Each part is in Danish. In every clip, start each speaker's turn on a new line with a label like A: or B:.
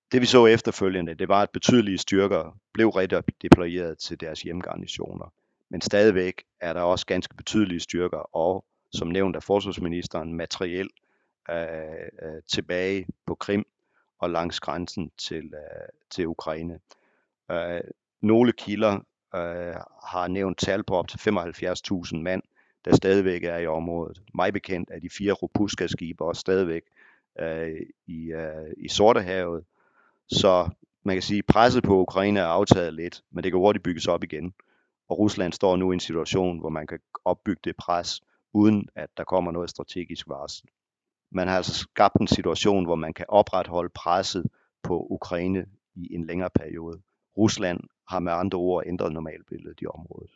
A: Det vi så efterfølgende, det var, at betydelige styrker blev redeployeret til deres hjemgarnisoner. Men stadigvæk er der også ganske betydelige styrker, og som nævnt af forsvarsministeren, materiel tilbage på Krim og langs grænsen til Ukraine. Nogle kilder har nævnt tal på op til 75.000 mand, der stadigvæk er i området. Mig bekendt er de 4 Ropuska-skibe også stadigvæk i Sortehavet. Så man kan sige, at presset på Ukraine er aftaget lidt, men det kan hurtigt bygges op igen. Og Rusland står nu i en situation, hvor man kan opbygge det pres, uden at der kommer noget strategisk varsel. Man har altså skabt en situation, hvor man kan opretholde presset på Ukraine i en længere periode. Rusland har med andre ord ændret normalbilledet i området.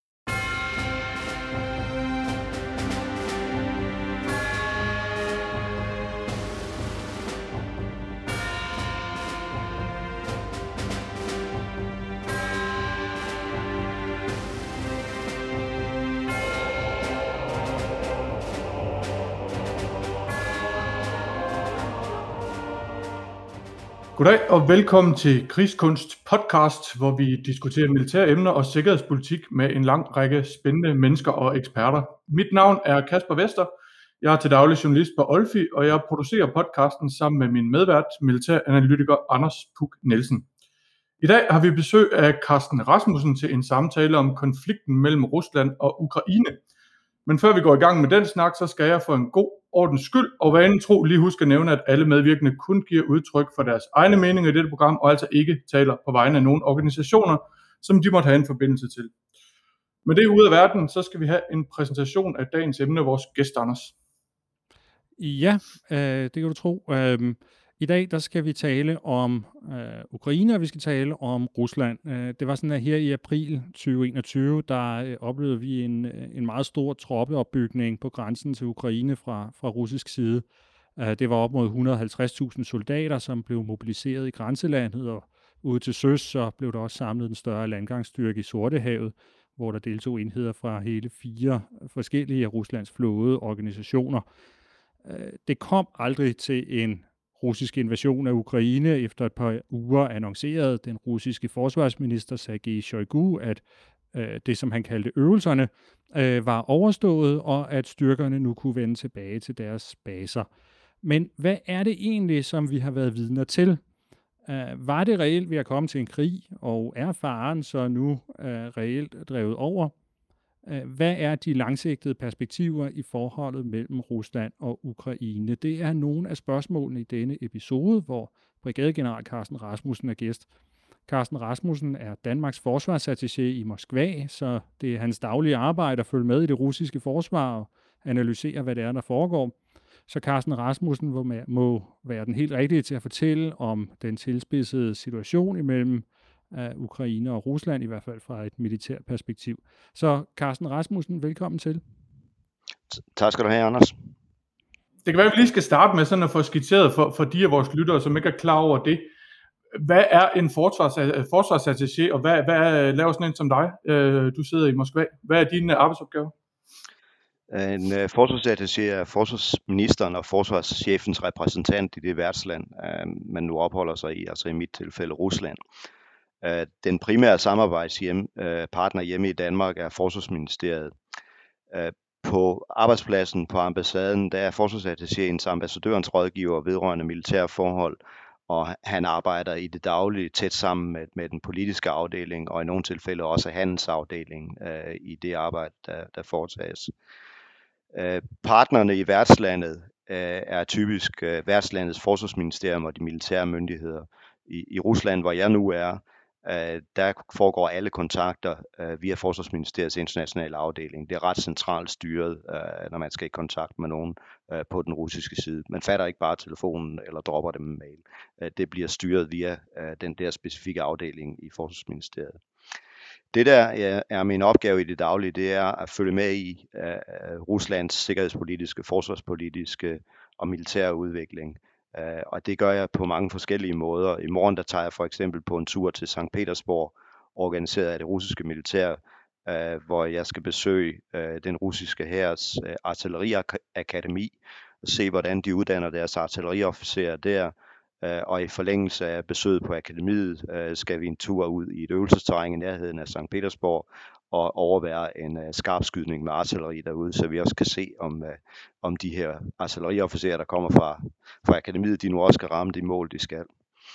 B: Goddag og velkommen til Krigskunst podcast, hvor vi diskuterer militære emner og sikkerhedspolitik med en lang række spændende mennesker og eksperter. Mit navn er Kasper Vester. Jeg er til daglig journalist på Olfi, og jeg producerer podcasten sammen med min medvært, militæranalytiker Anders Puk Nielsen. I dag har vi besøg af Carsten Rasmussen til en samtale om konflikten mellem Rusland og Ukraine. Men før vi går i gang med den snak, så skal jeg for en god ordens skyld og vanen tro lige huske at nævne, at alle medvirkende kun giver udtryk for deres egne meninger i dette program, og altså ikke taler på vegne af nogle organisationer, som de måtte have en forbindelse til. Med det ude af verden, så skal vi have en præsentation af dagens emne, vores gæst, Anders.
C: Ja, det kan du tro. I dag der skal vi tale om Ukraine, og vi skal tale om Rusland. Det var sådan, at her i april 2021, der oplevede vi en meget stor troppeopbygning på grænsen til Ukraine fra russisk side. Det var op mod 150.000 soldater, som blev mobiliseret i grænselandet, og ude til søs så blev der også samlet en større landgangsstyrke i Sortehavet, hvor der deltog enheder fra hele 4 forskellige af Ruslands flådeorganisationer. Det kom aldrig til en russisk invasion af Ukraine. Efter et par uger annoncerede den russiske forsvarsminister Sergej Shoigu, at det, som han kaldte øvelserne, var overstået, og at styrkerne nu kunne vende tilbage til deres baser. Men hvad er det egentlig, som vi har været vidner til? Var det reelt ved at komme til en krig, og er faren så nu reelt drevet over? Hvad er de langsigtede perspektiver i forholdet mellem Rusland og Ukraine? Det er nogle af spørgsmålene i denne episode, hvor brigadegeneral Carsten Rasmussen er gæst. Carsten Rasmussen er Danmarks forsvarsattaché i Moskva, så det er hans daglige arbejde at følge med i det russiske forsvar og analysere, hvad det er, der foregår. Så Carsten Rasmussen må være den helt rigtige til at fortælle om den tilspidsede situation imellem Ukraine og Rusland, i hvert fald fra et militært perspektiv. Så Carsten Rasmussen, velkommen til.
A: Tak skal du have, Anders.
B: Det kan være, at vi lige skal starte med sådan at få skitseret for de af vores lyttere, som ikke er klar over det. Hvad er en forsvarsattaché, og hvad laver sådan en som dig? Du sidder i Moskva. Hvad er dine arbejdsopgaver?
A: En forsvarsattaché er forsvarsministeren og forsvarschefens repræsentant i det værtsland, man nu opholder sig i, altså i mit tilfælde Rusland. Den primære samarbejdspartner hjemme i Danmark er Forsvarsministeriet. På arbejdspladsen på ambassaden, der er forsvarsattachéens ambassadørens rådgiver vedrørende militære forhold, og han arbejder i det daglige tæt sammen med den politiske afdeling, og i nogle tilfælde også handelsafdelingen i det arbejde, der foretages. Partnerne i værtslandet er typisk værtslandets forsvarsministerium og de militære myndigheder. I Rusland, hvor jeg nu er, der foregår alle kontakter via Forsvarsministeriets internationale afdeling. Det er ret centralt styret, når man skal i kontakt med nogen på den russiske side. Man fatter ikke bare telefonen eller dropper dem en mail. Det bliver styret via den der specifikke afdeling i Forsvarsministeriet. Det der er min opgave i det daglige, det er at følge med i Ruslands sikkerhedspolitiske, forsvarspolitiske og militære udvikling. Og det gør jeg på mange forskellige måder. I morgen der tager jeg for eksempel på en tur til Sankt Petersborg, organiseret af det russiske militær, hvor jeg skal besøge den russiske hærs artilleriakademi og se, hvordan de uddanner deres artilleriofficerer der. Og i forlængelse af besøget på akademiet skal vi en tur ud i et øvelsesterræn i nærheden af Sankt Petersborg og overvære en skarpskydning med artilleri derude, så vi også kan se, om de her artilleriofficerer, der kommer fra akademiet, de nu også skal ramme de mål, de skal.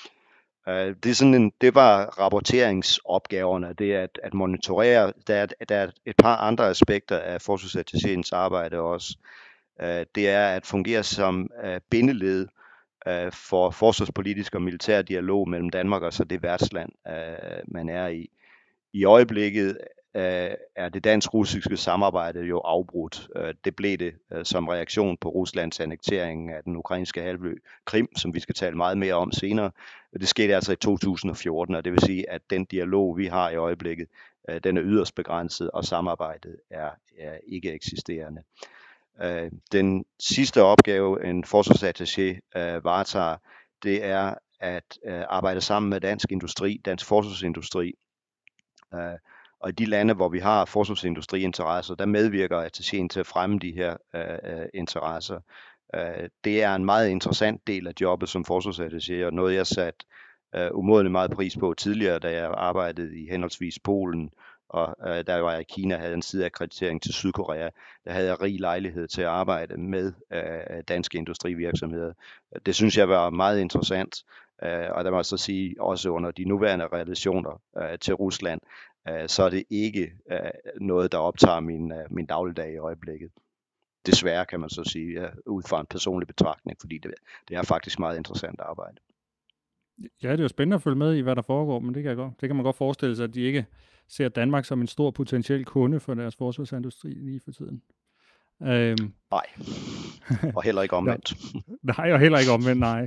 A: Det var rapporteringsopgaverne, det er at monitorere. Der er et par andre aspekter af forsvarsattachéens arbejde også. Det er at fungere som bindeled for forsvarspolitisk og militær dialog mellem Danmark og så det værtsland, man er i. I øjeblikket er det dansk-russiske samarbejde jo afbrudt. Det blev det som reaktion på Ruslands annektering af den ukrainske halvø Krim, som vi skal tale meget mere om senere. Det skete altså i 2014, og det vil sige, at den dialog, vi har i øjeblikket, den er yderst begrænset, og samarbejdet er ikke eksisterende. Den sidste opgave, en forsvarsattaché varetager, det er at arbejde sammen med dansk industri, dansk forsvarsindustri. Og i de lande, hvor vi har forsvarsindustriinteresser, der medvirker attachéen til at fremme de her interesser. Det er en meget interessant del af jobbet som forsvarsattaché, og noget jeg satte umådeligt meget pris på tidligere, da jeg arbejdede i henholdsvis Polen, og da jeg var i Kina, havde en sideakkreditering til Sydkorea. Der havde jeg rig lejlighed til at arbejde med danske industrivirksomheder. Det synes jeg var meget interessant, og der må jeg så sige, også under de nuværende relationer til Rusland, så er det ikke noget, der optager min dagligdag i øjeblikket. Desværre kan man så sige, ud fra en personlig betragtning, fordi det er faktisk meget interessant arbejde.
C: Ja, det er jo spændende at følge med i, hvad der foregår, men det kan man godt forestille sig, at de ikke ser Danmark som en stor potentiel kunde for deres forsvarsindustri lige for tiden.
A: Nej, og heller ikke omvendt.
C: Nej, og heller ikke omvendt, nej.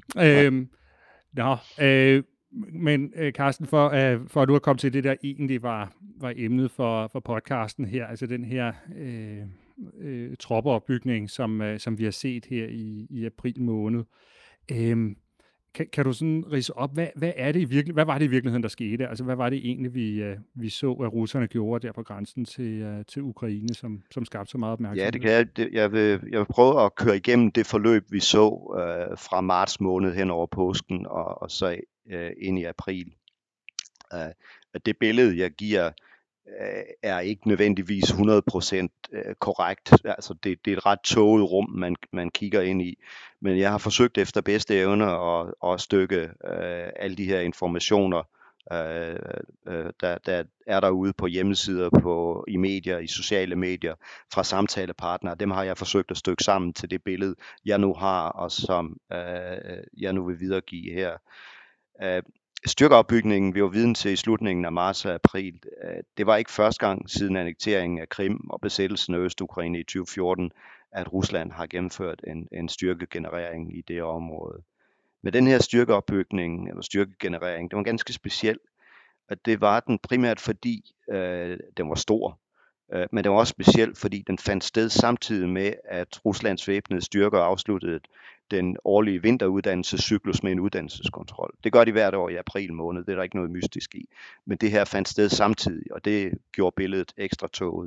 C: Men Carsten, for at du er kommet til det, der egentlig var emnet for podcasten her, altså den her troppeopbygning, som vi har set her i april måned. Kan du sådan ridse op, hvad var det i virkeligheden, der skete? Altså, hvad var det egentlig, vi så, at russerne gjorde der på grænsen til Ukraine, som skabte så meget opmærksomhed?
A: Ja, det kan jeg. Jeg vil prøve at køre igennem det forløb, vi så fra marts måned hen over påsken og så ind i april. Det billede, jeg giver, er ikke nødvendigvis 100% korrekt. Altså det er et ret tåget rum, man kigger ind i. Men jeg har forsøgt efter bedste evne at stykke alle de her informationer, der er derude på hjemmesider, i medier, i sociale medier, fra samtalepartnere. Dem har jeg forsøgt at stykke sammen til det billede, jeg nu har, og som jeg nu vil videregive her. Styrkeopbygningen, vi var viden til i slutningen af marts og april, det var ikke første gang siden annekteringen af Krim og besættelsen af Øst-Ukraine i 2014, at Rusland har gennemført en styrkegenerering i det område. Men den her styrkeopbygning, eller styrkegenerering, det var ganske speciel, og det var den primært fordi den var stor, men det var også specielt fordi den fandt sted samtidig med, at Ruslands væbnede styrker afsluttede den årlige vinteruddannelsescyklus med en uddannelseskontrol. Det gør de hvert år i april måned, det er der ikke noget mystisk i. Men det her fandt sted samtidig, og det gjorde billedet ekstra tåget.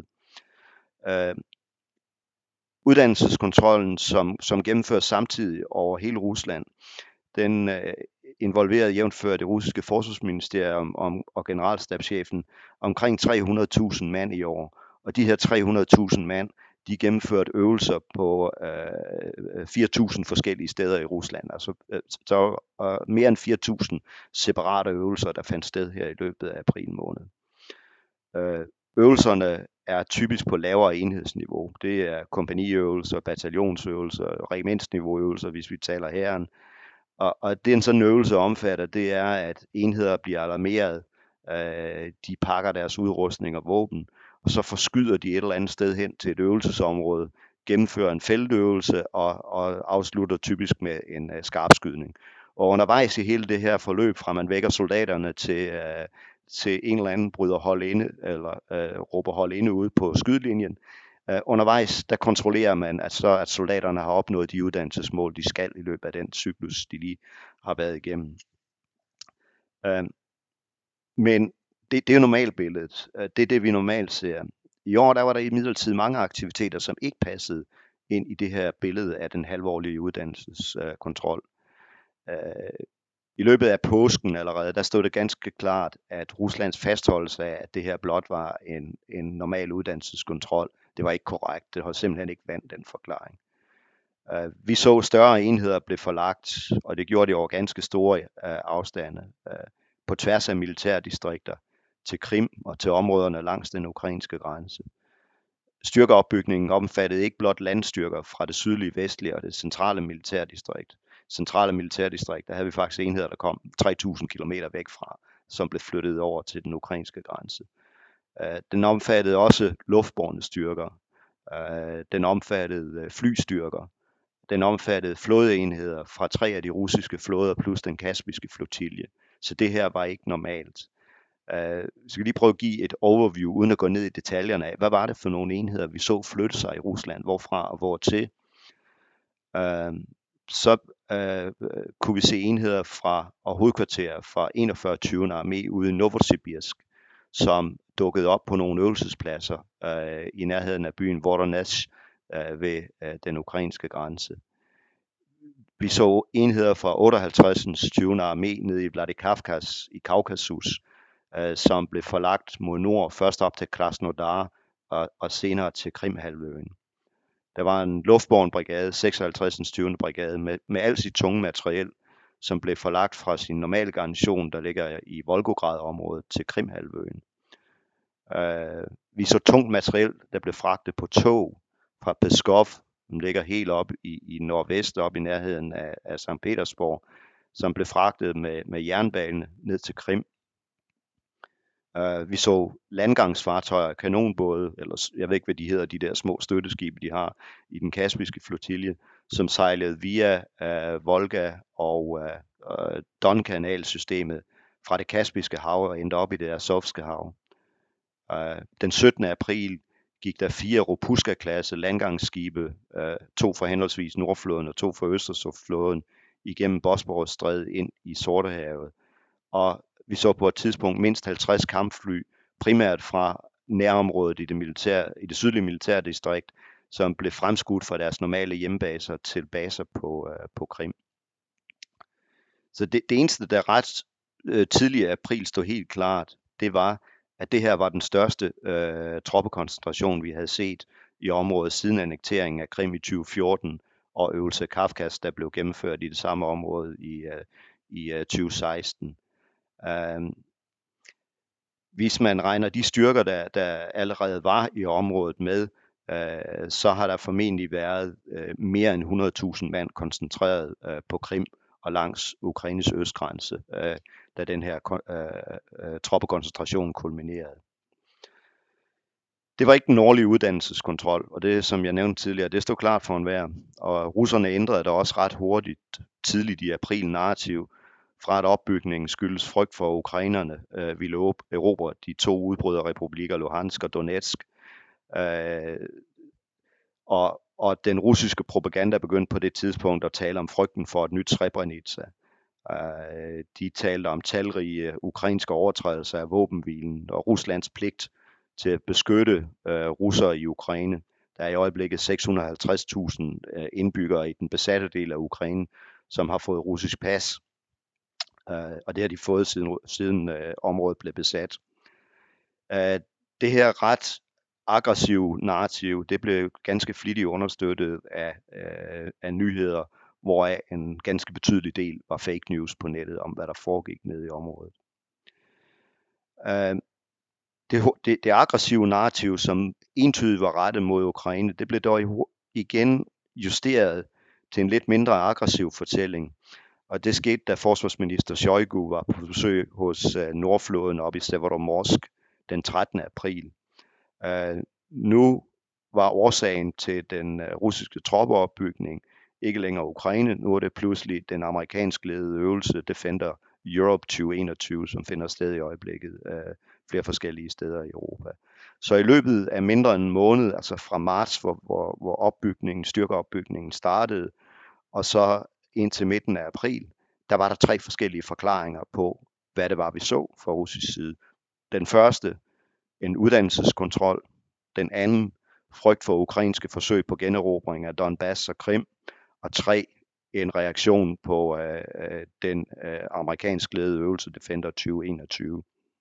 A: Uddannelseskontrollen, som gennemføres samtidig over hele Rusland, den involverede jævnfør det russiske forsvarsministerium og generalstabschefen omkring 300.000 mand i år. Og de her 300.000 mand, de gennemførte øvelser på 4.000 forskellige steder i Rusland. Altså så mere end 4.000 separate øvelser, der fandt sted her i løbet af april måned. Øvelserne er typisk på lavere enhedsniveau. Det er kompagniøvelser, bataljonsøvelser, regimentsniveauøvelser, hvis vi taler hæren. Og det en sådan øvelse omfatter, det er, at enheder bliver alarmeret, de pakker deres udrustning og våben, og så forskyder de et eller andet sted hen til et øvelsesområde, gennemfører en feltøvelse og afslutter typisk med en skarpskydning. Og undervejs i hele det her forløb, fra man vækker soldaterne til en eller anden bryder hold inde, eller råber hold inde ude på skydelinjen, undervejs, der kontrollerer man, at soldaterne har opnået de uddannelsesmål, de skal i løbet af den cyklus, de lige har været igennem. Men det er jo normalbilledet. Det er det, vi normalt ser. I år der var der imidlertid mange aktiviteter, som ikke passede ind i det her billede af den halvårlige uddannelseskontrol. I løbet af påsken allerede, der stod det ganske klart, at Ruslands fastholdelse af, at det her blot var en normal uddannelseskontrol, det var ikke korrekt. Det har simpelthen ikke vandt den forklaring. Vi så større enheder blev forlagt, og det gjorde de over ganske store afstande på tværs af militærdistrikter til Krim og til områderne langs den ukrainske grænse. Styrkeopbygningen omfattede ikke blot landstyrker fra det sydlige, vestlige og det centrale militærdistrikt. Der havde vi faktisk enheder, der kom 3.000 kilometer væk fra, som blev flyttet over til den ukrainske grænse. Den omfattede også luftbårne styrker. Den omfattede flystyrker. Den omfattede flådeenheder fra 3 af de russiske flåder plus den kaspiske flotilje. Så det her var ikke normalt. Så skal lige prøve at give et overview, uden at gå ned i detaljerne af, hvad var det for nogle enheder, vi så flytte sig i Rusland, hvorfra og hvortil. Så kunne vi se enheder fra og hovedkvarterer fra 41. 20. armé ude i Novosibirsk, som dukkede op på nogle øvelsespladser i nærheden af byen Voronezh ved den ukrainske grænse. Vi så enheder fra 58. 20. armé nede i Vladikavkaz i Kaukasus, som blev forlagt mod nord, først op til Krasnodar og senere til Krimhalvøen. Der var en luftbåren brigade, 56. 20. brigade, med al sit tunge materiel, som blev forlagt fra sin normale garnison, der ligger i Volgograd-området, til Krimhalvøen. Vi så tungt materiel, der blev fragtet på tog fra Peskov, som ligger helt op i nordvest, op i nærheden af St. Petersborg, som blev fragtet med jernbane ned til Krim. Vi så landgangsfartøjer, kanonbåde, eller jeg ved ikke, hvad de hedder, de der små støtteskibe, de har i den kaspiske flotilje, som sejlede via Volga og Don-kanalsystemet fra det Kaspiske hav og endte op i det Azovske hav. Den 17. april gik der 4 Ropuska-klasse landgangsskibe, 2 fra henholdsvis Nordflåden og 2 fra Østersøflåden, igennem Bosporusstrædet ind i Sortehavet. Og vi så på et tidspunkt mindst 50 kampfly, primært fra nærområdet i det sydlige militærdistrikt, som blev fremskudt fra deres normale hjembaser til baser på Krim. Så det eneste, der ret tidligere april stod helt klart, det var, at det her var den største troppekoncentration, vi havde set i området siden annekteringen af Krim i 2014 og øvelse Kavkaz, der blev gennemført i det samme område i 2016. Hvis man regner de styrker, der allerede var i området med, så har der formentlig været mere end 100.000 mand koncentreret på Krim og langs Ukraines østgrænse, da den her troppekoncentration kulminerede. Det var ikke den årlige uddannelseskontrol, og det, som jeg nævnte tidligere, det stod klart for enhver. Og russerne ændrede da også ret hurtigt, tidligt i april, narrativ, fra at opbygningen skyldes frygt for ukrainerne ville erobre de 2 udbryderrepublikker Luhansk og Donetsk. Og den russiske propaganda begyndte på det tidspunkt at tale om frygten for et nyt Srebrenica. De talte om talrige ukrainske overtrædelser af våbenhvilen og Ruslands pligt til at beskytte russere i Ukraine. Der er i øjeblikket 650.000 indbyggere i den besatte del af Ukraine, som har fået russisk pas. Og det har de fået siden området blev besat. Det her ret aggressive narrativ, det blev ganske flittigt understøttet af nyheder, hvoraf en ganske betydelig del var fake news på nettet om, hvad der foregik nede i området. Det aggressive narrativ, som entydigt var rettet mod Ukraine, det blev dog igen justeret til en lidt mindre aggressiv fortælling. Og det skete, da forsvarsminister Shoigu var på besøg hos Nordflåden oppe i Severomorsk den 13. april. Nu var årsagen til den russiske troppeopbygning ikke længere Ukraine. Nu er det pludselig den amerikansk ledede øvelse Defender Europe 2021, som finder sted i øjeblikket flere forskellige steder i Europa. Så i løbet af mindre end en måned, altså fra marts, hvor styrkeopbygningen startede, og så indtil midten af april, der var der 3 forskellige forklaringer på, hvad det var, vi så fra russisk side. Den første, en uddannelseskontrol. Den anden, frygt for ukrainske forsøg på generobring af Donbass og Krim. Og 3, en reaktion på den amerikansk ledede øvelse Defender 2021.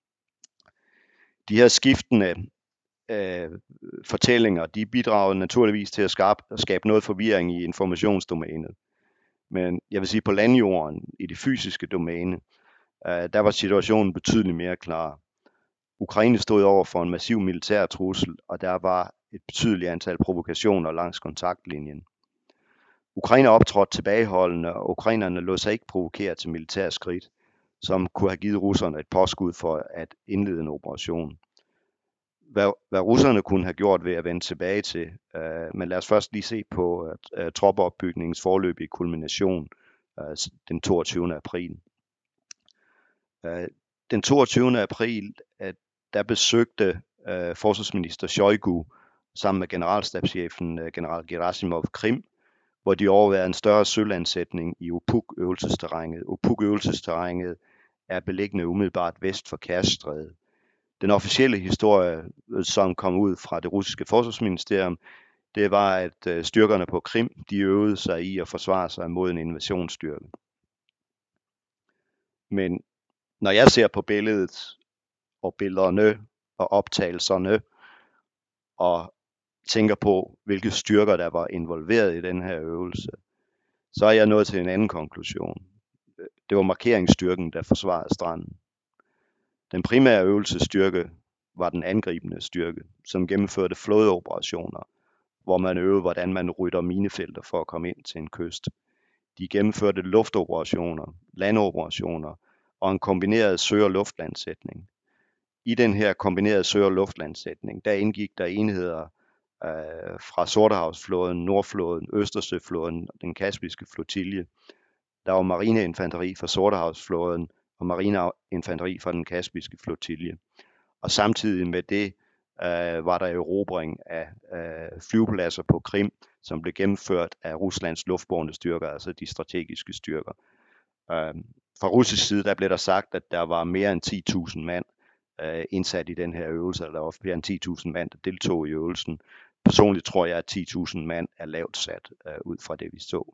A: De her skiftende fortællinger, de bidrager naturligvis til at skabe noget forvirring i informationsdomænet. Men jeg vil sige, på landjorden, i det fysiske domæne, der var situationen betydeligt mere klar. Ukraine stod over for en massiv militær trussel, og der var et betydeligt antal provokationer langs kontaktlinjen. Ukraine optrådte tilbageholdende, og ukrainerne lod sig ikke provokere til militære skridt, som kunne have givet russerne et påskud for at indlede en operation. Hvad russerne kunne have gjort ved at vende tilbage til, men lad os først lige se på troppeopbygningens forløbige kulmination den 22. april. Den 22. april, der besøgte forsvarsminister Shoigu sammen med generalstabschefen general Gerasimov Krim, hvor de overværede en større sølandsætning i Opuk-øvelsesterrænet. Opuk-øvelsesterrænet er beliggende umiddelbart vest for Kerchstrædet. Den officielle historie, som kom ud fra det russiske forsvarsministerium, det var, at styrkerne på Krim, de øvede sig i at forsvare sig mod en invasionsstyrke. Men når jeg ser på billedet og billederne og optagelserne og tænker på, hvilke styrker der var involveret i den her øvelse, så er jeg nået til en anden konklusion. Det var markeringsstyrken, der forsvarede stranden. Den primære øvelsesstyrke var den angribende styrke, som gennemførte flådeoperationer, hvor man øvede, hvordan man rydder minefelter for at komme ind til en kyst. De gennemførte luftoperationer, landoperationer og en kombineret sø- og luftlandsætning. I den her kombinerede sø- og luftlandsætning, der indgik der enheder fra Sortehavsflåden, Nordflåden, Østersøflåden og den Kaspiske flottilje. Der var marineinfanteri fra Sortehavsflåden og marineinfanteri fra den Kaspiske flottilje. Og samtidig med det var der erobring af flyvepladser på Krim, som blev gennemført af Ruslands luftbårne styrker, altså de strategiske styrker. Fra russisk side, der blev der sagt, at der var mere end 10.000 mand indsat i den her øvelse, eller der var flere end 10.000 mand, der deltog i øvelsen. Personligt tror jeg, at 10.000 mand er lavt sat ud fra det, vi så.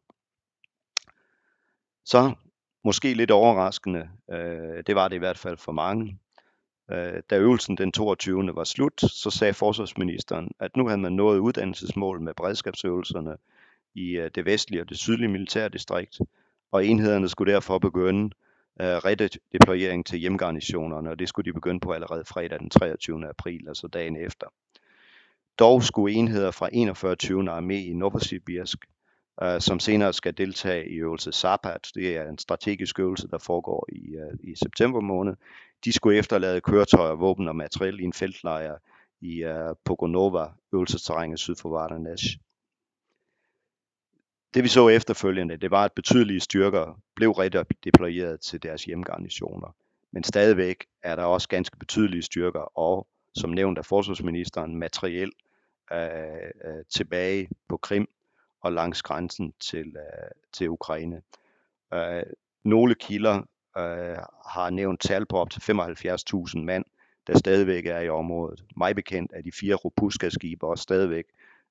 A: Så måske lidt overraskende, det var det i hvert fald for mange. Da øvelsen den 22. var slut, så sagde forsvarsministeren, at nu havde man nået uddannelsesmål med beredskabsøvelserne i det vestlige og det sydlige militærdistrikt, og enhederne skulle derfor begynde redeployering til hjemgarnisionerne, og det skulle de begynde på allerede fredag den 23. april, altså dagen efter. Dog skulle enheder fra 41. armé i Novosibirsk, som senere skal deltage i øvelse Zapat, det er en strategisk øvelse, der foregår i september måned, de skulle efterlade køretøjer, våben og materiel i en feltlejr i Pogonova, øvelsesterrænet syd for Vardanech. Det vi så efterfølgende, det var, at betydelige styrker blev redeployeret til deres hjemgarnisoner. Men stadigvæk er der også ganske betydelige styrker, og som nævnt af forsvarsministeren, materiel tilbage på Krim og langs grænsen til Ukraine. Nogle kilder har nævnt tal på op til 75.000 mand, der stadigvæk er i området. Mig bekendt er de 4 Ropuska-skibe også stadigvæk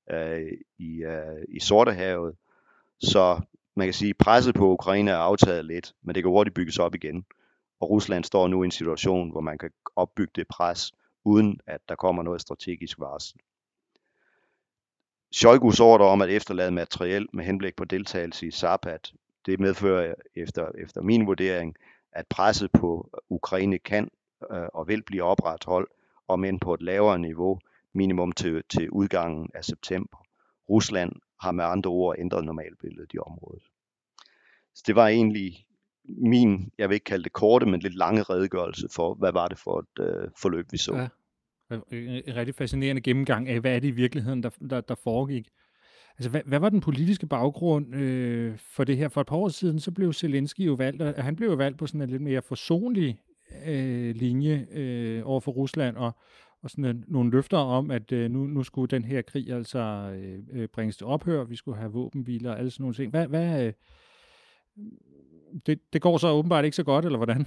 A: i Sortehavet. Så man kan sige, at presset på Ukraine er aftaget lidt, men det kan hurtigt bygges op igen. Og Rusland står nu i en situation, hvor man kan opbygge det pres, uden at der kommer noget strategisk varsel. Shoigus ordre om at efterlade materiel med henblik på deltagelse i Zapat, det medfører efter min vurdering, at presset på Ukraine kan og vil blive opretholdt, om end på et lavere niveau, minimum til udgangen af september. Rusland har med andre ord ændret normalbilledet i området. Så det var egentlig min, jeg vil ikke kalde det korte, men lidt lange redegørelse for, hvad var det for et forløb, vi så.
C: Ja. En rigtig fascinerende gennemgang af, hvad er det i virkeligheden, der foregik. Altså, hvad var den politiske baggrund for det her? For et par år siden, så blev Zelensky jo valgt, og han blev jo valgt på sådan en lidt mere forsonlig linje over for Rusland, og sådan nogle løfter om, at nu skulle den her krig altså bringes til ophør, vi skulle have våbenhviler og alle sådan nogle ting. Det går så åbenbart ikke så godt, eller hvordan?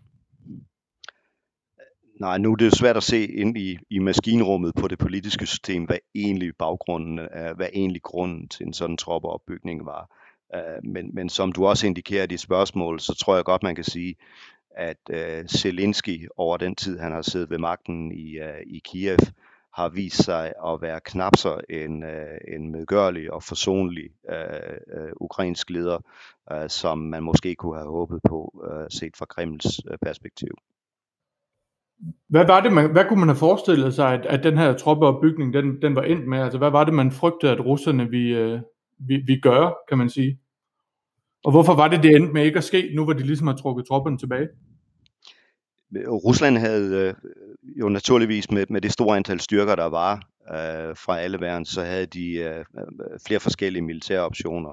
A: Nej, nu er det jo svært at se ind i maskinrummet på det politiske system, hvad egentlig baggrunden er, hvad egentlig grunden til en sådan troppeopbygning var. Men som du også indikerer i dit spørgsmål, så tror jeg godt, man kan sige, at Zelensky over den tid, han har siddet ved magten i Kiev, har vist sig at være knap så en medgørlig og forsonlig ukrainsk leder, som man måske kunne have håbet på, set fra Kremls perspektiv.
B: Hvad kunne man have forestillet sig, at den her troppeopbygning, den var endt med? Altså, hvad var det, man frygtede, at russerne ville gøre, kan man sige? Og hvorfor var det endte med ikke at ske, nu hvor de ligesom har trukket tropperne tilbage?
A: Rusland havde jo naturligvis med det store antal styrker, der var fra alle verden, så havde de flere forskellige militære optioner.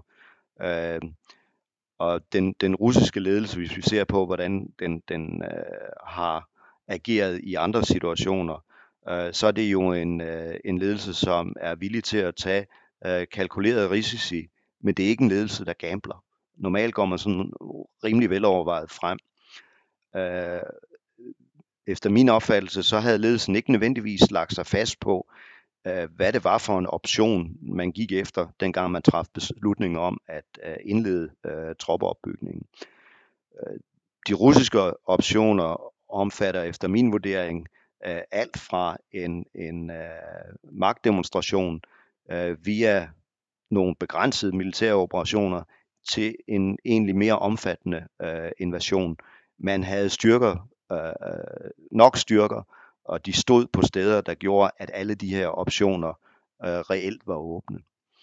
A: Og den russiske ledelse, hvis vi ser på, hvordan den har ageret i andre situationer, så er det jo en ledelse, som er villig til at tage kalkulerede risici, men det er ikke en ledelse, der gambler. Normalt går man sådan rimelig velovervejet frem. Efter min opfattelse, så havde ledelsen ikke nødvendigvis lagt sig fast på, hvad det var for en option, man gik efter, dengang man traf beslutningen om at indlede troppeopbygningen. De russiske optioner omfatter efter min vurdering alt fra en magtdemonstration via nogle begrænsede militære operationer til en egentlig mere omfattende invasion. Man havde nok styrker, og de stod på steder, der gjorde, at alle de her optioner reelt var åbne.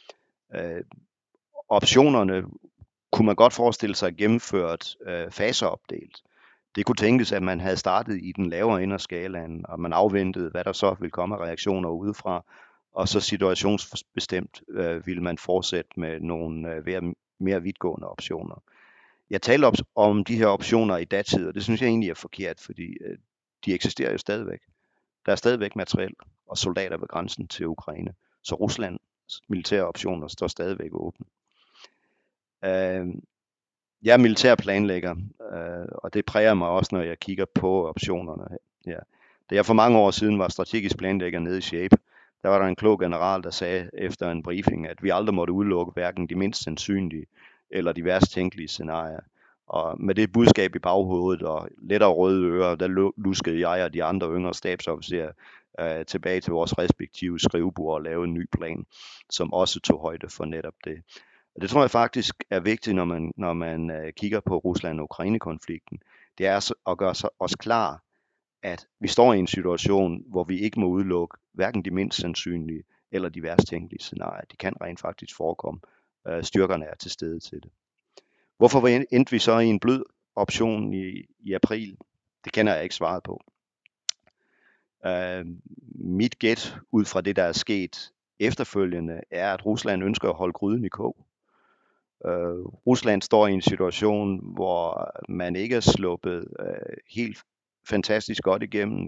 A: Optionerne kunne man godt forestille sig gennemført faseopdelt. Det kunne tænkes, at man havde startet i den lavere ende af skalaen, og man afventede, hvad der så ville komme af reaktioner udefra, og så situationsbestemt ville man fortsætte med nogle mere vidtgående optioner. Jeg taler om de her optioner i datid, og det synes jeg egentlig er forkert, fordi de eksisterer jo stadigvæk. Der er stadigvæk materiel og soldater ved grænsen til Ukraine, så Ruslands militære optioner står stadigvæk åbne. Jeg er militærplanlægger, og det præger mig også, når jeg kigger på optionerne. Ja. Da jeg for mange år siden var strategisk planlægger nede i SHAPE, der var der en klog general, der sagde efter en briefing, at vi aldrig måtte udelukke hverken de mindst sandsynlige eller de værst tænkelige scenarier. Og med det budskab i baghovedet og lettere røde ører, der luskede jeg og de andre yngre stabsofficerer tilbage til vores respektive skrivebord og lavede en ny plan, som også tog højde for netop det. Og det tror jeg faktisk er vigtigt, når man kigger på Rusland-Ukraine-konflikten. Det er at gøre os klar, at vi står i en situation, hvor vi ikke må udelukke hverken de mindst sandsynlige eller de værst tænkelige scenarier. De kan rent faktisk forekomme. Styrkerne er til stede til det. Hvorfor endte vi så i en blød option i april? Det kender jeg ikke svaret på. Mit gæt ud fra det, der er sket efterfølgende, er, at Rusland ønsker at holde gryden i kog. Rusland står i en situation, hvor man ikke er sluppet helt fantastisk godt igennem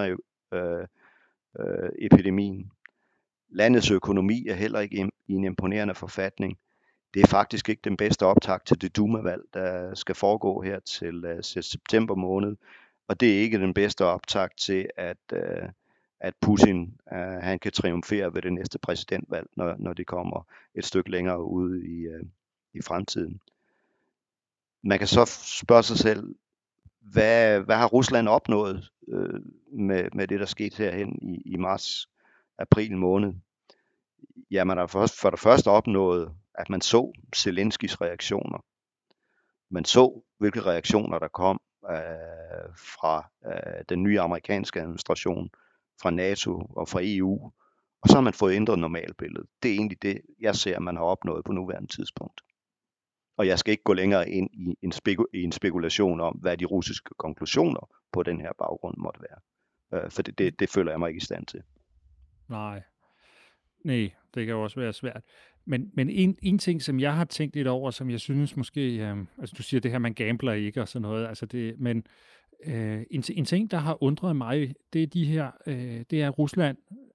A: coronaepidemien. Landets økonomi er heller ikke i en imponerende forfatning. Det er faktisk ikke den bedste optakt til det Duma-valg, der skal foregå her til september måned. Og det er ikke den bedste optakt til, at Putin han kan triumfere ved det næste præsidentvalg, når det kommer et stykke længere ude i fremtiden. Man kan så spørge sig selv, hvad har Rusland opnået med det, der skete herhen i marts-april måned? Ja, man har for det første opnået, at man så Zelenskys reaktioner. Man så, hvilke reaktioner der kom fra den nye amerikanske administration, fra NATO og fra EU. Og så har man fået ændret normalbilledet. Det er egentlig det, jeg ser, man har opnået på nuværende tidspunkt. Og jeg skal ikke gå længere ind i en spekulation om, hvad de russiske konklusioner på den her baggrund måtte være. For det føler jeg mig ikke i stand til.
C: Nej, det kan jo også være svært. Men en ting, som jeg har tænkt lidt over, som jeg synes måske, altså du siger det her, man gambler ikke og sådan noget, altså men en ting, der har undret mig, det er det er, at Rusland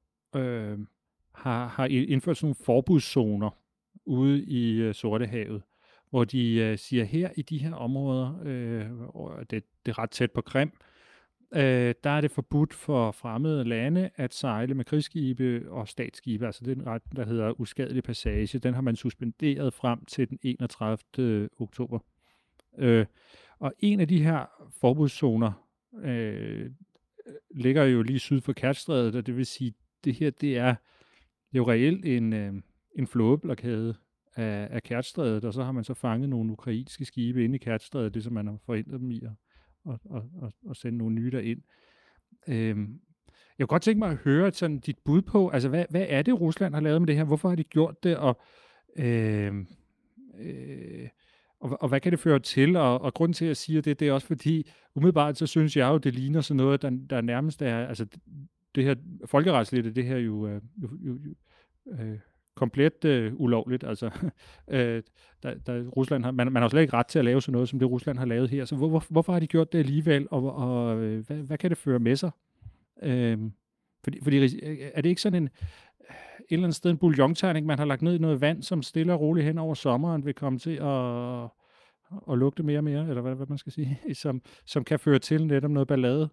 C: har indført sådan nogle forbudszoner ude i Sortehavet, hvor de siger her i de her områder, det er ret tæt på Krim, der er det forbudt for fremmede lande at sejle med krigsskibe og statsskibe, altså den ret, der hedder uskadelig passage, den har man suspenderet frem til den 31. oktober. Og en af de her forbudszoner ligger jo lige syd for Kertjstrædet, og det vil sige, det her det er jo reelt en flådeblokade af Kertjstrædet, og så har man så fanget nogle ukrainske skibe inde i Kertjstrædet, det som man har forhindret dem i at sende nogle nye derind. Jeg kunne godt tænke mig at høre sådan dit bud på, altså hvad er det, Rusland har lavet med det her? Hvorfor har de gjort det? Og hvad kan det føre til? Og grunden til, at jeg siger det er også fordi, umiddelbart så synes jeg jo, det ligner sådan noget, der nærmest er, altså det her folkeretsligt, det her jo komplet ulovligt. Altså, Rusland har, man har slet ikke ret til at lave sådan noget, som det Rusland har lavet her. Så hvorfor har de gjort det alligevel, og hvad kan det føre med sig? Fordi er det ikke sådan et eller andet sted en bouillonterning, man har lagt ned i noget vand, som stille og roligt hen over sommeren vil komme til at lugte mere og mere, eller hvad man skal sige, som kan føre til netop noget ballade?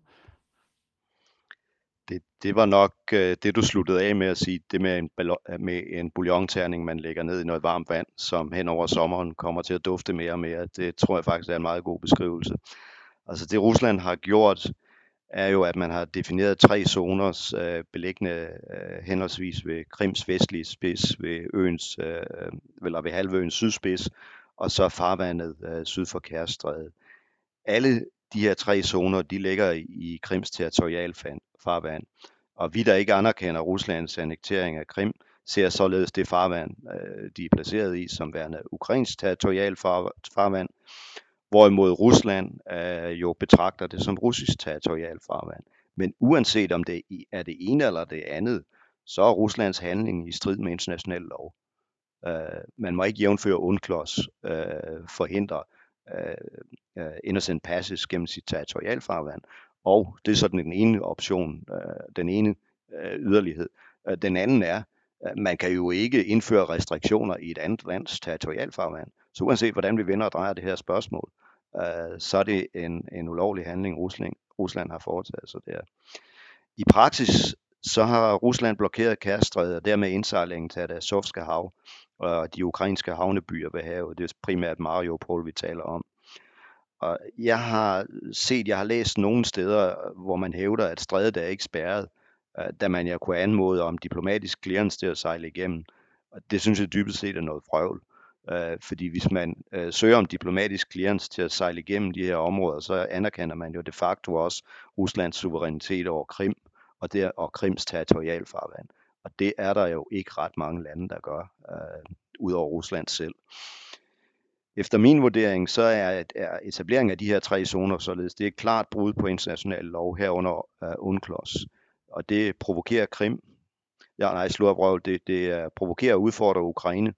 A: Det var nok det, du sluttede af med at sige, det med en bouillonterning, man lægger ned i noget varmt vand, som hen over sommeren kommer til at dufte mere og mere. Det tror jeg faktisk er en meget god beskrivelse. Altså det Rusland har gjort, er jo, at man har defineret 3 zoner beliggende henholdsvis ved Krims vestlige spids, ved halvøens sydspids, og så farvandet syd for Kertjstrædet. Alle de her 3 zoner, de ligger i Krims territorialfarvand, og vi, der ikke anerkender Ruslands annektering af Krim, ser således det farvand, de er placeret i, som værende ukrainsk territorialfarvand, hvorimod Rusland jo betragter det som russisk territorialfarvand. Men uanset om det er det ene eller det andet, så er Ruslands handling i strid med international lov. Man må ikke jævnføre UNCLOS forhindre innocent passage gennem sit territorialfarvand. Og det er sådan den ene option, den ene yderlighed. Den anden er, at man kan jo ikke indføre restriktioner i et andet lands territorialfarvand. Så uanset hvordan vi vender og drejer det her spørgsmål, så er det en ulovlig handling, Rusland har foretaget sig der. I praksis så har Rusland blokeret Kertjstrædet og dermed indsejlingen til det Azovske hav og de ukrainske havnebyer ved havet. Det er primært Mariupol, vi taler om. Og jeg har læst nogle steder, hvor man hævder, at strædet er ikke spærret, da man jo kunne anmode om diplomatisk clearance til at sejle igennem. Og det synes jeg dybest set er noget vrøvl. Fordi hvis man søger om diplomatisk clearance til at sejle igennem de her områder, så anerkender man jo de facto også Ruslands suverænitet over Krim og Krims territorialfarvand. Og det er der jo ikke ret mange lande, der gør, udover Rusland selv. Efter min vurdering, så er etableringen af de her 3 zoner således, det er et klart brud på international lov herunder UNCLOS. Og det provokerer det provokerer og udfordrer Ukraine.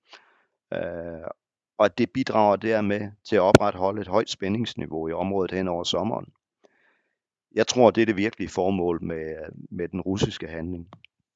A: Og det bidrager dermed til at opretholde et højt spændingsniveau i området hen over sommeren. Jeg tror, det er det virkelige formål med den russiske handling.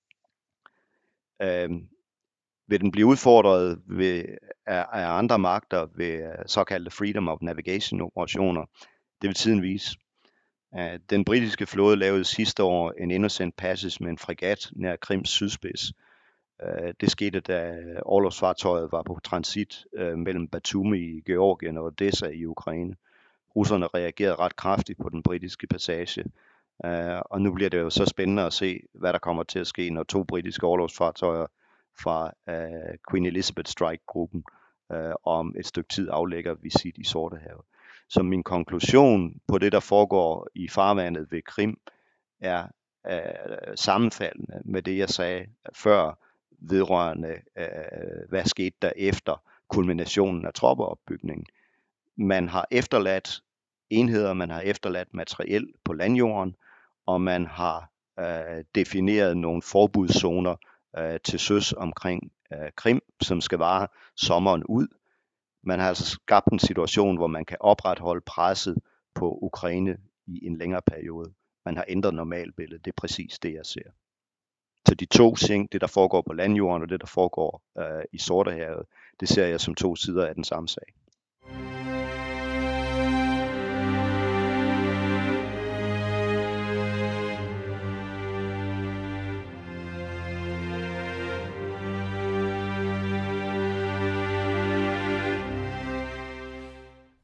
A: Vil den blive udfordret af andre magter ved såkaldte Freedom of Navigation operationer? Det vil tiden vise. Den britiske flåde lavede sidste år en innocent passage med en fregat nær Krims sydspids. Det skete, da orlogsfartøjet var på transit mellem Batumi i Georgien og Odessa i Ukraine. Russerne reagerede ret kraftigt på den britiske passage, og nu bliver det jo så spændende at se, hvad der kommer til at ske, når 2 britiske orlogsfartøjer fra Queen Elizabeth Strike-gruppen om et stykke tid aflægger visit i Sortehavet. Så min konklusion på det, der foregår i farvandet ved Krim, er sammenfaldende med det, jeg sagde før, vedrørende hvad skete der efter kulminationen af troppeopbygningen. Man har efterladt enheder, man har efterladt materiel på landjorden, og man har defineret nogle forbudszoner til søs omkring Krim, som skal vare sommeren ud. Man har altså skabt en situation, hvor man kan opretholde presset på Ukraine i en længere periode. Man har ændret normalbilledet, det er præcis det, jeg ser. Så de 2 ting, det der foregår på landjorden og det der foregår i Sortehavet, det ser jeg som 2 sider af den samme sag.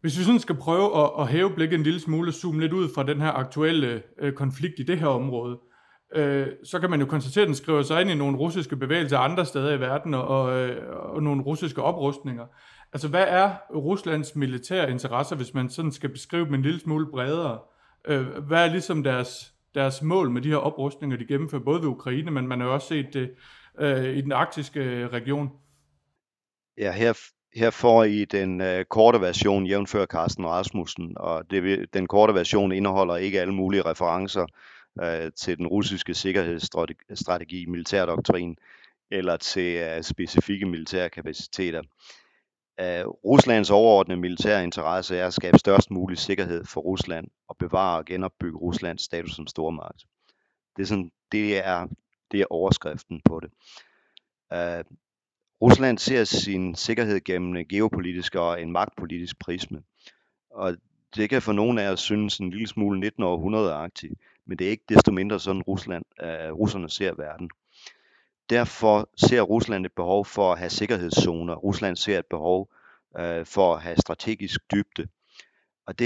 B: Hvis vi sådan skal prøve at hæve blikket en lille smule og zoome lidt ud fra den her aktuelle konflikt i det her område, så kan man jo konstatere, at den skriver sig ind i nogle russiske bevægelser andre steder i verden og nogle russiske oprustninger. Altså, hvad er Ruslands militære interesser, hvis man sådan skal beskrive dem en lille smule bredere? Hvad er ligesom deres mål med de her oprustninger, de gennemfører både ved Ukraine, men man har jo også set det i den arktiske region?
A: Ja, her får I den korte version, jævnfør Carsten Rasmussen, og den korte version indeholder ikke alle mulige referencer til den russiske sikkerhedsstrategi, militærdoktrin eller til specifikke militære kapaciteter. Ruslands overordnede militære interesse er at skabe størst mulig sikkerhed for Rusland og bevare og genopbygge Ruslands status som stormagt. Det er overskriften på det. Rusland ser sin sikkerhed gennem en geopolitisk og en magtpolitisk prisme. Og det kan for nogle af os synes en lille smule 1900-agtigt, men det er ikke desto mindre sådan russerne ser verden. Derfor ser Rusland et behov for at have sikkerhedszoner. Rusland ser et behov for at have strategisk dybde. Og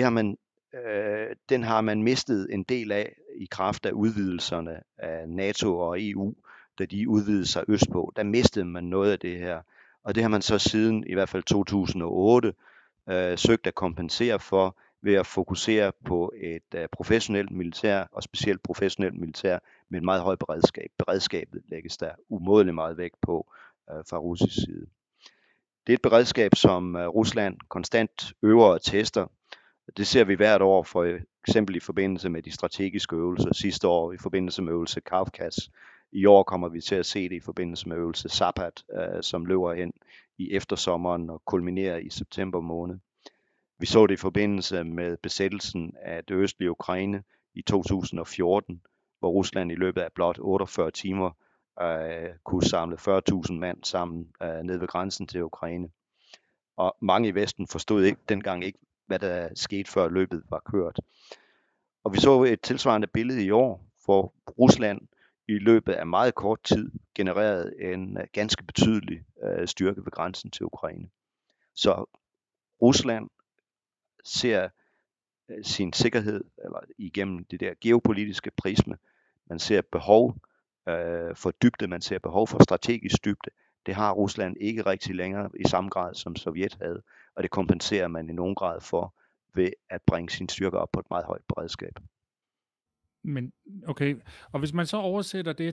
A: den har man mistet en del af i kraft af udvidelserne af NATO og EU, da de udvidede sig østpå. Der mistede man noget af det her. Og det har man så siden i hvert fald 2008 søgt at kompensere for ved at fokusere på et professionelt militær, og specielt professionelt militær med et meget højt beredskab. Beredskabet lægges der umådelig meget vægt på fra russisk side. Det er et beredskab, som Rusland konstant øver og tester. Det ser vi hvert år, for eksempel i forbindelse med de strategiske øvelser. Sidste år i forbindelse med øvelse Kavkaz. I år kommer vi til at se det i forbindelse med øvelse Zapad, som løber hen i eftersommeren og kulminerer i september måned. Vi så det i forbindelse med besættelsen af det østlige Ukraine i 2014, hvor Rusland i løbet af blot 48 timer kunne samle 40.000 mand sammen ned ved grænsen til Ukraine. Og mange i Vesten forstod dengang ikke, hvad der skete, før løbet var kørt. Og vi så et tilsvarende billede i år, hvor Rusland i løbet af meget kort tid genererede en ganske betydelig styrke ved grænsen til Ukraine. Så Rusland ser sin sikkerhed eller igennem det der geopolitiske prisme. Man ser behov for dybde, man ser behov for strategisk dybde. Det har Rusland ikke rigtig længere i samme grad som Sovjet havde, og det kompenserer man i nogen grad for ved at bringe sine styrker op på et meget højt beredskab.
C: Men okay, og hvis man så oversætter det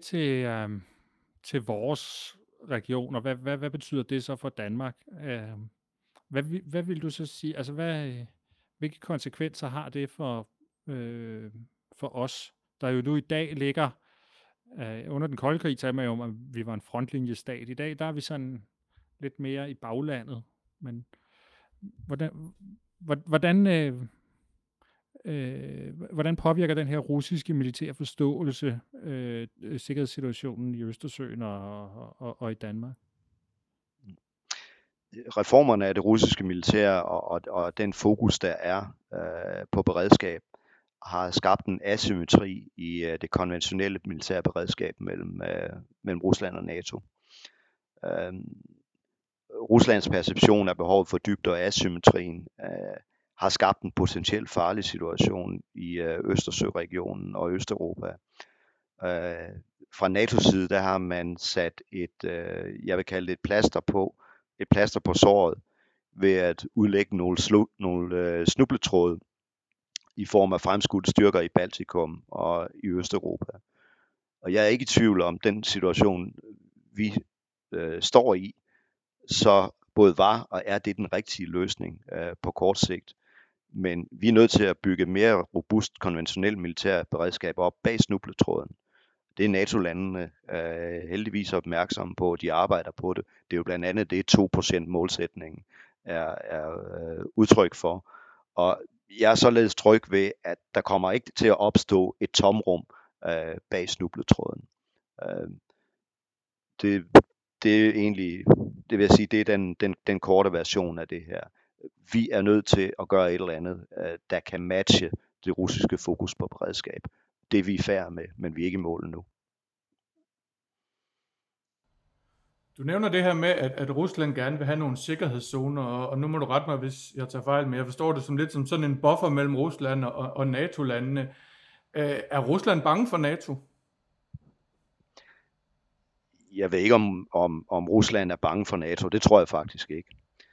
C: til vores region, og hvad betyder det så for Danmark? Hvad vil du så sige? Altså hvilke konsekvenser har det for os, der jo nu i dag ligger under den kolde krig, tager man jo, at vi var en frontlinjestat. I dag der er vi sådan lidt mere i baglandet. Men hvordan påvirker den her russiske militære forståelse sikkerhedssituationen i Østersøen og i Danmark?
A: Reformerne af det russiske militær og den fokus, der er på beredskab, har skabt en asymmetri i det konventionelle militære beredskab mellem Rusland og NATO. Ruslands perception af behovet for dybde og asymmetrien har skabt en potentielt farlig situation i Østersøregionen og Østeuropa. Fra NATO's side, der har man sat jeg vil kalde det et plaster på såret ved at udlægge nogle snubletråde i form af fremskudte styrker i Baltikum og i Østeuropa. Og jeg er ikke i tvivl om den situation, vi står i, så både var og er det den rigtige løsning på kort sigt. Men vi er nødt til at bygge mere robust konventionelt militær beredskab op bag snubletråden. Det er NATO-landene heldigvis opmærksomme på, de arbejder på det. Det er jo blandt andet det 2% målsætningen er udtryk for. Og jeg er således tryg ved, at der kommer ikke til at opstå et tomrum bag snubletråden. Det er egentlig, det vil jeg sige, det er den korte version af det her. Vi er nødt til at gøre et eller andet, der kan matche det russiske fokus på beredskab. Det er vi i færd med, men vi er ikke i mål nu.
B: Du nævner det her med, at Rusland gerne vil have nogle sikkerhedszoner, og nu må du rette mig, hvis jeg tager fejl, men jeg forstår det som lidt som sådan en buffer mellem Rusland og NATO-landene. Er Rusland bange for NATO?
A: Jeg ved ikke, om Rusland er bange for NATO. Det tror jeg faktisk ikke.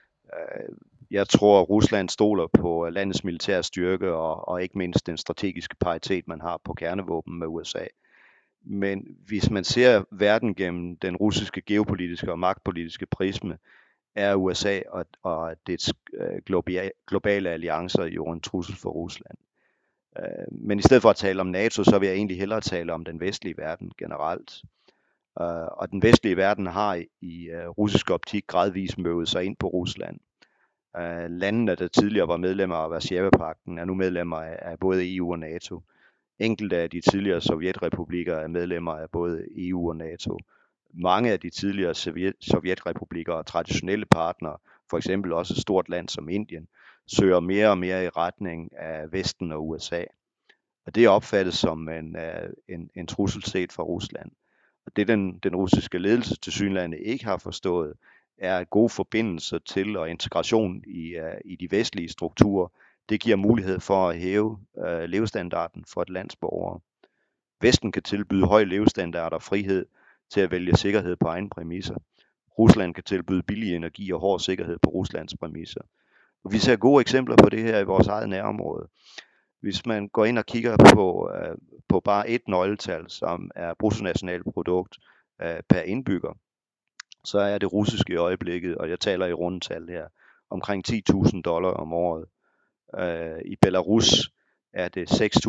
A: Jeg tror, at Rusland stoler på landets militære styrke og ikke mindst den strategiske paritet, man har på kernevåben med USA. Men hvis man ser verden gennem den russiske geopolitiske og magtpolitiske prisme, er USA og dets globale alliancer jo en trussel for Rusland. Men i stedet for at tale om NATO, så vil jeg egentlig hellere tale om den vestlige verden generelt. Og den vestlige verden har i russisk optik gradvist møvet sig ind på Rusland. Landene, der tidligere var medlemmer af Warszawapagten, er nu medlemmer af både EU og NATO. Enkelte af de tidligere sovjetrepublikker er medlemmer af både EU og NATO. Mange af de tidligere sovjetrepublikker og traditionelle partnere, for eksempel også et stort land som Indien, søger mere og mere i retning af Vesten og USA. Og det opfattes som en trussel set fra Rusland. Og det den russiske ledelse tilsyneladende ikke har forstået, er at gode forbindelser til og integration i de vestlige strukturer. Det giver mulighed for at hæve levestandarden for et lands borgere. Vesten kan tilbyde høj levestandard og frihed til at vælge sikkerhed på egne præmisser. Rusland kan tilbyde billig energi og hård sikkerhed på Ruslands præmisser. Og vi ser gode eksempler på det her i vores eget nærområde. Hvis man går ind og kigger på bare et nøgletal, som er bruttonationalprodukt per indbygger, så er det russiske i øjeblikket, og jeg taler i rundetal her, omkring $10.000 om året. I Belarus er det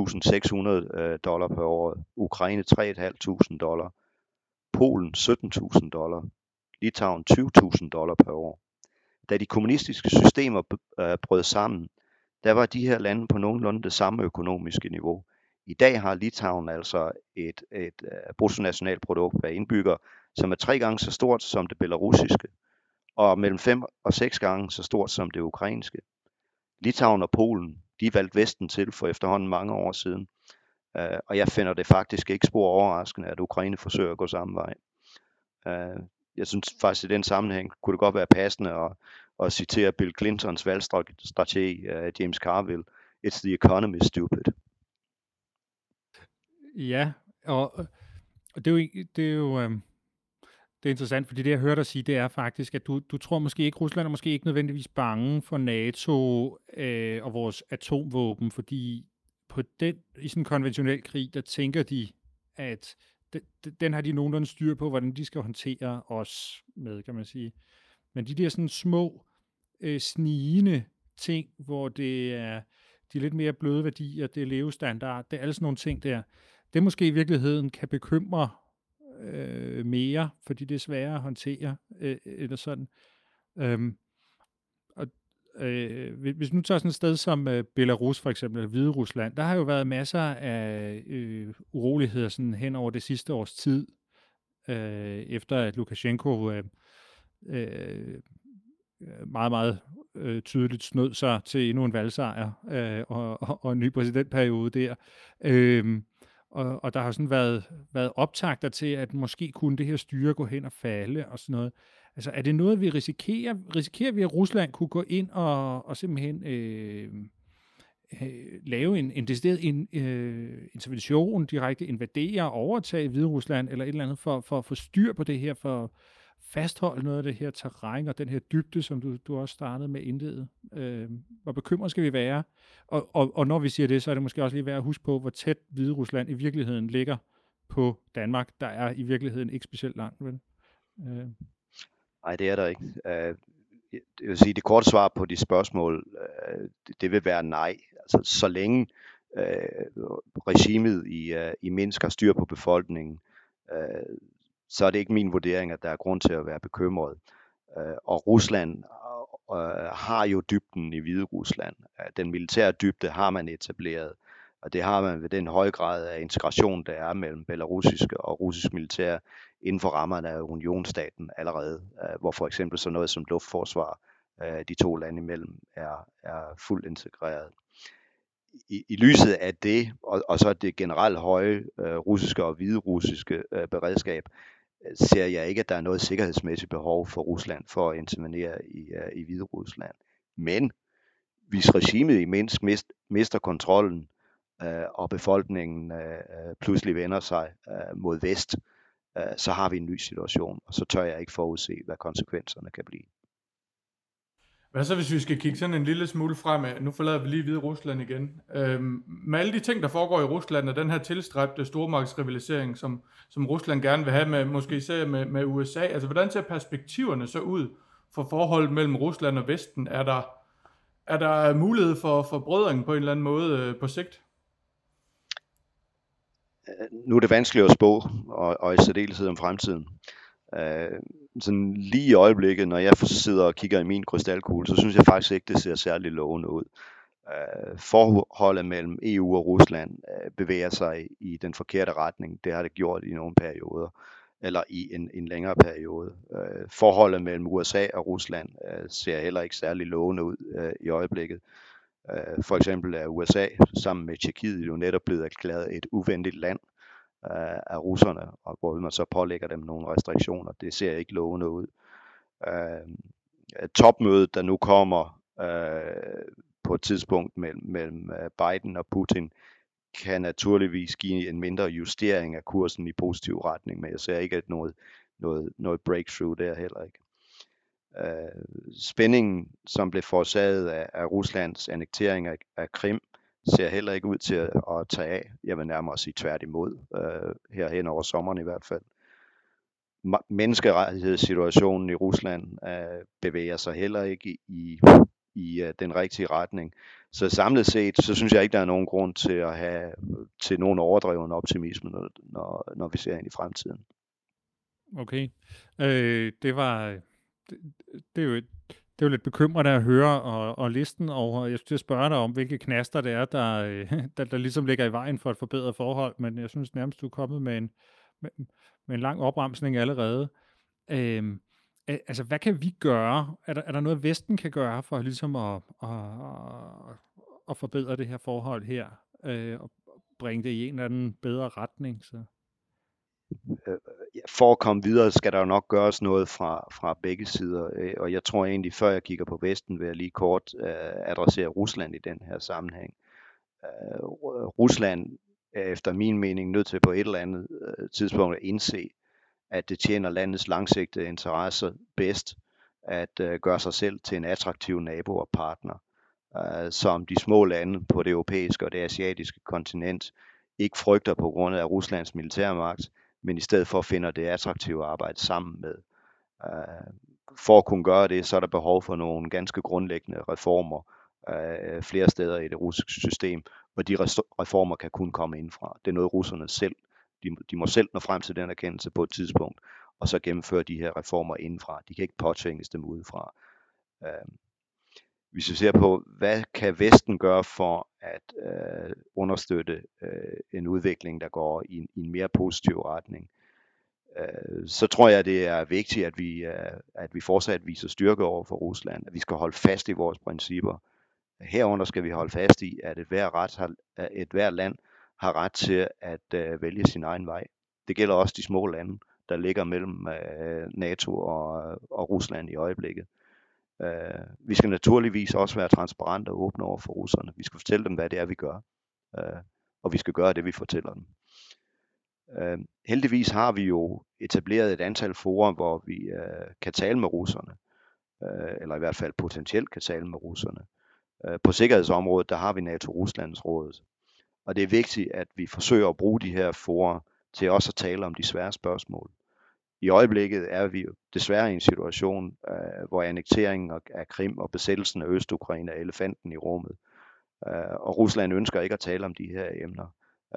A: $6.600 per år, Ukraine $3.500, Polen $17.000, Litauen $20.000 per år. Da de kommunistiske systemer brød sammen, der var de her lande på nogenlunde det samme økonomiske niveau. I dag har Litauen altså et bruttonationalprodukt per indbygger, som er 3 gange så stort som det belarusiske, og mellem 5 og 6 gange så stort som det ukrainske. Litauen og Polen, de valgte Vesten til for efterhånden mange år siden, og jeg finder det faktisk ikke spor overraskende, at Ukraine forsøger at gå samme vej. Jeg synes faktisk, i den sammenhæng kunne det godt være passende at citere Bill Clintons valgstrateg James Carville. It's the economy, stupid.
C: Ja, og det er jo det er interessant, fordi det jeg hørte dig sige, det er faktisk, at du tror måske ikke, Rusland er måske ikke nødvendigvis bange for NATO og vores atomvåben, fordi i sådan en konventionel krig, der tænker de, at den har de nogenlunde styr på, hvordan de skal håndtere os med, kan man sige. Men de der sådan små, snigende ting, hvor det er de lidt mere bløde værdier, det er levestandard, det er alle sådan nogle ting der, det måske i virkeligheden kan bekymre mere, fordi det er sværere at håndtere, eller sådan. Hvis nu tager sådan et sted som Belarus for eksempel, eller Hvide Rusland, der har jo været masser af uroligheder sådan hen over det sidste års tid, efter at Lukashenko meget, meget tydeligt snød sig til endnu en valgsejr og en ny præsidentperiode der. Og der har sådan været optakter til, at måske kunne det her styre gå hen og falde og sådan noget. Altså er det noget, vi risikerer? Risikerer vi, at Rusland kunne gå ind og simpelthen lave en decideret intervention, direkte invadere og overtage Hvide Rusland eller et eller andet for at få styr på det her, for at fastholde noget af det her terræn og den her dybde, som du også startede med indledet. Hvor bekymret skal vi være? Og når vi siger det, så er det måske også lige værd at huske på, hvor tæt Hvide Rusland i virkeligheden ligger på Danmark. Der er i virkeligheden ikke specielt langt, vel?
A: Nej, det er der ikke. Jeg vil sige, det korte svar på de spørgsmål, det vil være nej. Altså, så længe regimet i Minsk har styr på befolkningen, så er det ikke min vurdering, at der er grund til at være bekymret. Og Rusland har jo dybden i Hvide Rusland. Den militære dybde har man etableret, og det har man ved den høje grad af integration, der er mellem belarusiske og russisk militær inden for rammerne af unionsstaten allerede, hvor for eksempel sådan noget som luftforsvar, de to lande imellem, er fuldt integreret. I lyset af det, og så det generelt høje russiske og hviderussiske beredskab, ser jeg ikke, at der er noget sikkerhedsmæssigt behov for Rusland for at intervenere i Hviderusland. Men hvis regimet i Minsk mister kontrollen, og befolkningen pludselig vender sig mod vest, så har vi en ny situation, og så tør jeg ikke forudse, hvad konsekvenserne kan blive.
B: Hvad så, hvis vi skal kigge sådan en lille smule fremad? Nu forlader vi lige Hvide Rusland igen. Med alle de ting, der foregår i Rusland, og den her tilstræbte stormagtsrivalisering, som Rusland gerne vil have, med, måske især med USA, altså hvordan ser perspektiverne så ud for forholdet mellem Rusland og Vesten? Er der mulighed for forbrødring på en eller anden måde på sigt?
A: Nu er det vanskeligt at spå, og i særdeleshed om fremtiden. Sådan lige i øjeblikket, når jeg sidder og kigger i min krystalkugle, så synes jeg faktisk ikke, det ser særlig lovende ud. Forholdet mellem EU og Rusland bevæger sig i den forkerte retning. Det har det gjort i nogle perioder, eller i en længere periode. Forholdet mellem USA og Rusland ser heller ikke særlig lovende ud i øjeblikket. For eksempel er USA sammen med Tjekkiet jo netop blevet erklæret et uvenligt land af russerne, og hvor man så pålægger dem nogle restriktioner. Det ser ikke lovende ud. Topmødet, der nu kommer på et tidspunkt mellem Biden og Putin, kan naturligvis give en mindre justering af kursen i positiv retning, men jeg ser ikke noget breakthrough der heller ikke. Spændingen, som blev forårsaget af Ruslands annektering af Krim, ser heller ikke ud til at tage af. Jeg vil nærmere sige tværtimod, herhen over sommeren i hvert fald. Menneskerettighedssituationen i Rusland bevæger sig heller ikke i den rigtige retning. Så samlet set, så synes jeg ikke, der er nogen grund til at have til nogen overdreven optimisme, når vi ser ind i fremtiden.
C: Okay. Det er jo lidt bekymrende at høre, og listen over, jeg skulle spørge dig om, hvilke knaster det er, der ligesom ligger i vejen for et forbedret forhold, men jeg synes nærmest, du er kommet med en lang opremsning allerede. Altså, hvad kan vi gøre? Er der noget, Vesten kan gøre for ligesom at forbedre det her forhold her, og bringe det i en eller anden bedre retning? Så?
A: For at komme videre, skal der jo nok gøres noget fra begge sider, og jeg tror egentlig, før jeg kigger på Vesten, vil jeg lige kort adressere Rusland i den her sammenhæng. Rusland er efter min mening nødt til på et eller andet tidspunkt at indse, at det tjener landets langsigtede interesser bedst at gøre sig selv til en attraktiv nabo og partner, som de små lande på det europæiske og det asiatiske kontinent ikke frygter på grund af Ruslands militærmagt, men i stedet for finder det attraktivt at arbejde sammen med. For at kunne gøre det, så er der behov for nogle ganske grundlæggende reformer flere steder i det russiske system, og de reformer kan kun komme indfra. Det er noget russerne selv. De må selv nå frem til den erkendelse på et tidspunkt, og så gennemføre de her reformer indfra. De kan ikke påtvinges dem udefra. Hvis vi ser på, hvad kan Vesten gøre for at understøtte en udvikling, der går i en mere positiv retning, så tror jeg, det er vigtigt, at vi fortsat viser styrke over for Rusland, at vi skal holde fast i vores principper. Herunder skal vi holde fast i, at et hver land har ret til at vælge sin egen vej. Det gælder også de små lande, der ligger mellem NATO og Rusland i øjeblikket. Vi skal naturligvis også være transparente og åbne over for russerne. Vi skal fortælle dem, hvad det er, vi gør. Og vi skal gøre det, vi fortæller dem. Heldigvis har vi jo etableret et antal forer, hvor vi kan tale med russerne. Eller i hvert fald potentielt kan tale med russerne. På sikkerhedsområdet, der har vi NATO-Ruslandsrådet. Og det er vigtigt, at vi forsøger at bruge de her forer til også at tale om de svære spørgsmål. I øjeblikket er vi jo desværre i en situation, hvor annekteringen af Krim og besættelsen af Øst-Ukraine er elefanten i rummet. Og Rusland ønsker ikke at tale om de her emner.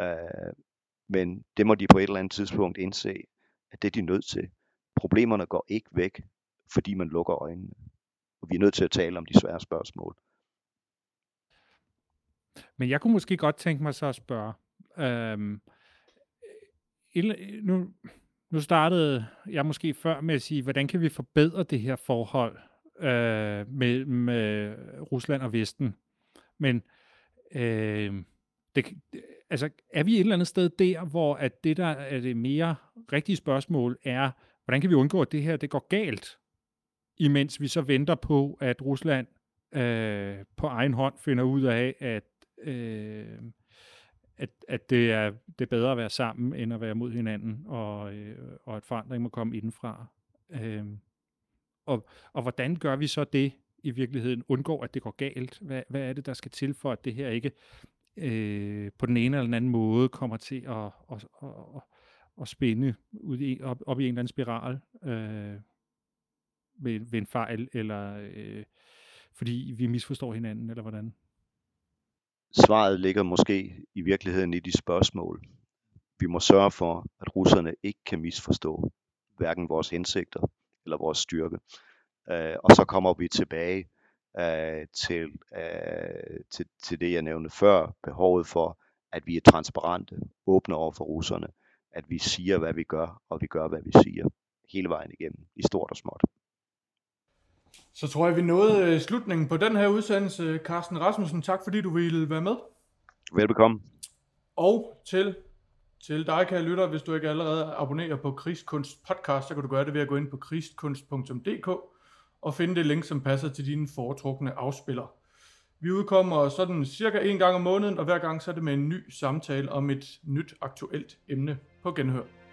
A: Men det må de på et eller andet tidspunkt indse, at det er de nødt til. Problemerne går ikke væk, fordi man lukker øjnene. Og vi er nødt til at tale om de svære spørgsmål.
C: Men jeg kunne måske godt tænke mig så at spørge. Nu startede jeg måske før med at sige, hvordan kan vi forbedre det her forhold med Rusland og Vesten? Men altså, er vi et eller andet sted der, hvor at det, der er det mere rigtige spørgsmål, er, hvordan kan vi undgå, at det her det går galt, imens vi så venter på, at Rusland på egen hånd finder ud af, at det er bedre at være sammen, end at være mod hinanden, og at forandring må komme indenfra. Og hvordan gør vi så det i virkeligheden? Undgår, at det går galt? Hvad er det, der skal til for, at det her ikke på den ene eller den anden måde kommer til at spænde op i en eller anden spiral ved en fejl, eller fordi vi misforstår hinanden, eller hvordan?
A: Svaret ligger måske i virkeligheden i de spørgsmål. Vi må sørge for, at russerne ikke kan misforstå hverken vores hensigter eller vores styrke. Og så kommer vi tilbage til det, jeg nævnte før, behovet for, at vi er transparente, åbne over for russerne, at vi siger, hvad vi gør, og vi gør, hvad vi siger, hele vejen igennem, i stort og småt.
B: Så tror jeg, vi nåede slutningen på den her udsendelse. Carsten Rasmussen, tak fordi du ville være med.
A: Velbekomme.
B: Og til dig, kære lytter, hvis du ikke allerede abonnerer på Krigskunst podcast, så kan du gøre det ved at gå ind på krigskunst.dk og finde det link, som passer til dine foretrukne afspiller. Vi udkommer sådan cirka 1 gang om måneden, og hver gang så er det med en ny samtale om et nyt aktuelt emne. På genhør.